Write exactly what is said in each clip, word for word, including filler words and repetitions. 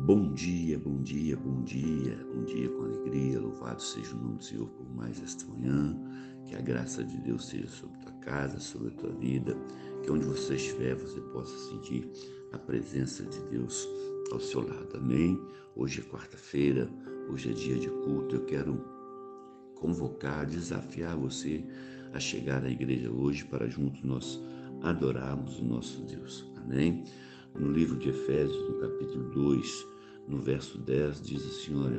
Bom dia, bom dia, bom dia, bom dia com alegria, louvado seja o nome do Senhor por mais esta manhã, que a graça de Deus seja sobre a tua casa, sobre a tua vida, que onde você estiver você possa sentir a presença de Deus ao seu lado, amém? Hoje é quarta-feira, hoje é dia de culto, eu quero convocar, desafiar você a chegar à igreja hoje para juntos nós adorarmos o nosso Deus, amém? No livro de Efésios, no capítulo dois, no verso dez, diz assim, olha,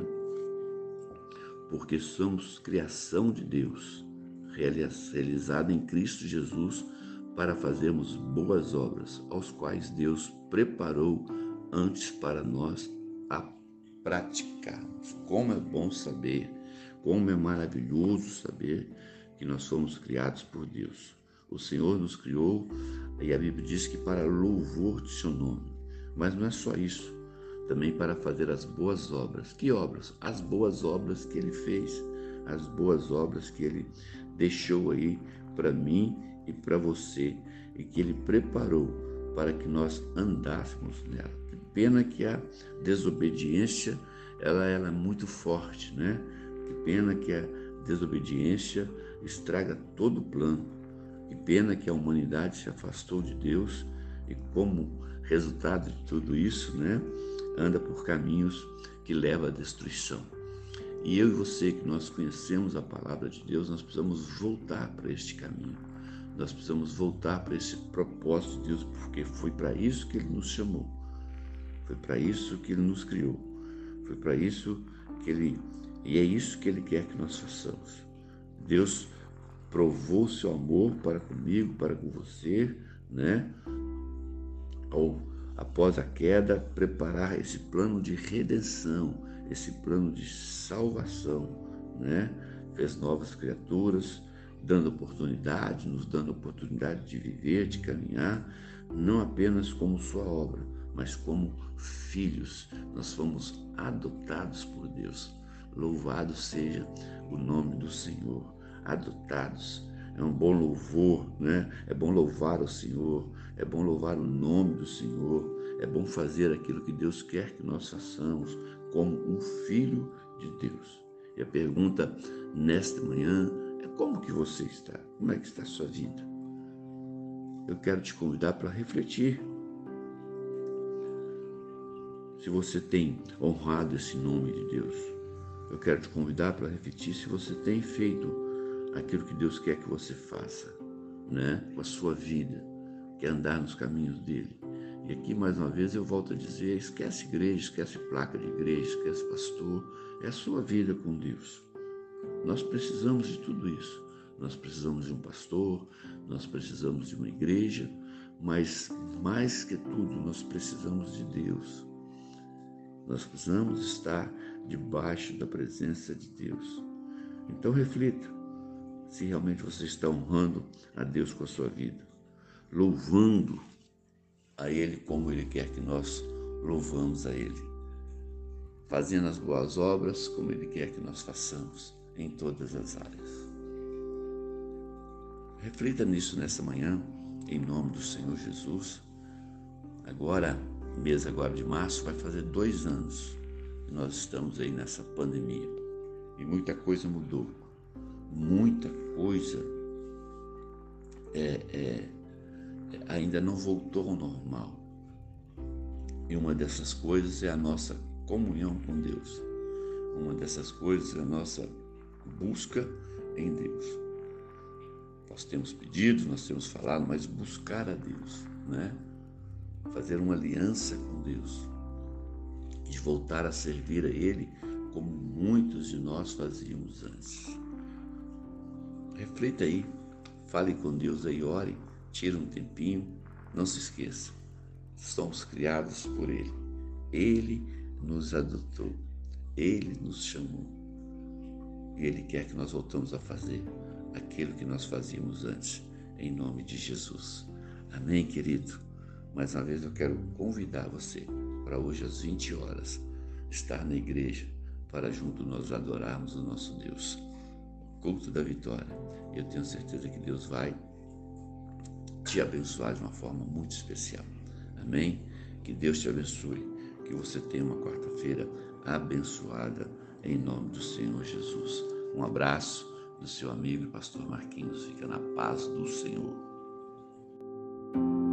porque somos criação de Deus, realizada em Cristo Jesus, para fazermos boas obras, aos quais Deus preparou antes para nós a praticarmos. Como é bom saber, como é maravilhoso saber que nós fomos criados por Deus. O Senhor nos criou e a Bíblia diz que para louvor de seu nome. Mas não é só isso, também para fazer as boas obras. Que obras? As boas obras que Ele fez, as boas obras que Ele deixou aí para mim e para você e que Ele preparou para que nós andássemos nela. Que pena que a desobediência ela, ela é muito forte, né? Que pena que a desobediência estraga todo o plano. Que pena que a humanidade se afastou de Deus e como resultado de tudo isso, né, anda por caminhos que levam à destruição. E eu e você, que nós conhecemos a palavra de Deus, nós precisamos voltar para este caminho. Nós precisamos voltar para esse propósito de Deus, porque foi para isso que Ele nos chamou. Foi para isso que Ele nos criou. Foi para isso que Ele... E é isso que Ele quer que nós façamos. Deus provou seu amor para comigo, para com você, né? Ao, após a queda, preparar esse plano de redenção, esse plano de salvação, né? Fez novas criaturas, dando oportunidade, nos dando oportunidade de viver, de caminhar, não apenas como sua obra, mas como filhos. Nós fomos adotados por Deus. Louvado seja o nome do Senhor. Adotados, é um bom louvor, né? É bom louvar o Senhor, é bom louvar o nome do Senhor, é bom fazer aquilo que Deus quer que nós façamos como um filho de Deus. E a pergunta nesta manhã é: como que você está? Como é que está a sua vida? Eu quero te convidar para refletir. Se você tem honrado esse nome de Deus, eu quero te convidar para refletir se você tem feito aquilo que Deus quer que você faça, né? Com a sua vida, que é andar nos caminhos dele. E aqui, mais uma vez, eu volto a dizer, esquece igreja, esquece placa de igreja, esquece pastor, é a sua vida com Deus. Nós precisamos de tudo isso. Nós precisamos de um pastor, nós precisamos de uma igreja, mas mais que tudo, nós precisamos de Deus. Nós precisamos estar debaixo da presença de Deus. Então reflita se realmente você está honrando a Deus com a sua vida, louvando a Ele como Ele quer que nós louvamos a Ele, fazendo as boas obras como Ele quer que nós façamos em todas as áreas. Reflita nisso nessa manhã, em nome do Senhor Jesus. Agora, mês agora de março, vai fazer dois anos que nós estamos aí nessa pandemia e muita coisa mudou. Muita coisa é, é, ainda não voltou ao normal. E uma dessas coisas é a nossa comunhão com Deus. Uma dessas coisas é a nossa busca em Deus. Nós temos pedido, nós temos falado, mas buscar a Deus, né? Fazer uma aliança com Deus e voltar a servir a Ele como muitos de nós fazíamos antes. Reflita aí, fale com Deus aí, ore, tire um tempinho, não se esqueça, somos criados por Ele, Ele nos adotou, Ele nos chamou e Ele quer que nós voltamos a fazer aquilo que nós fazíamos antes, em nome de Jesus. Amém, querido? Mais uma vez eu quero convidar você para hoje às vinte horas estar na igreja para junto nós adorarmos o nosso Deus. Culto da vitória. Eu tenho certeza que Deus vai te abençoar de uma forma muito especial. Amém? Que Deus te abençoe. Que você tenha uma quarta-feira abençoada em nome do Senhor Jesus. Um abraço do seu amigo e pastor Marquinhos. Fica na paz do Senhor.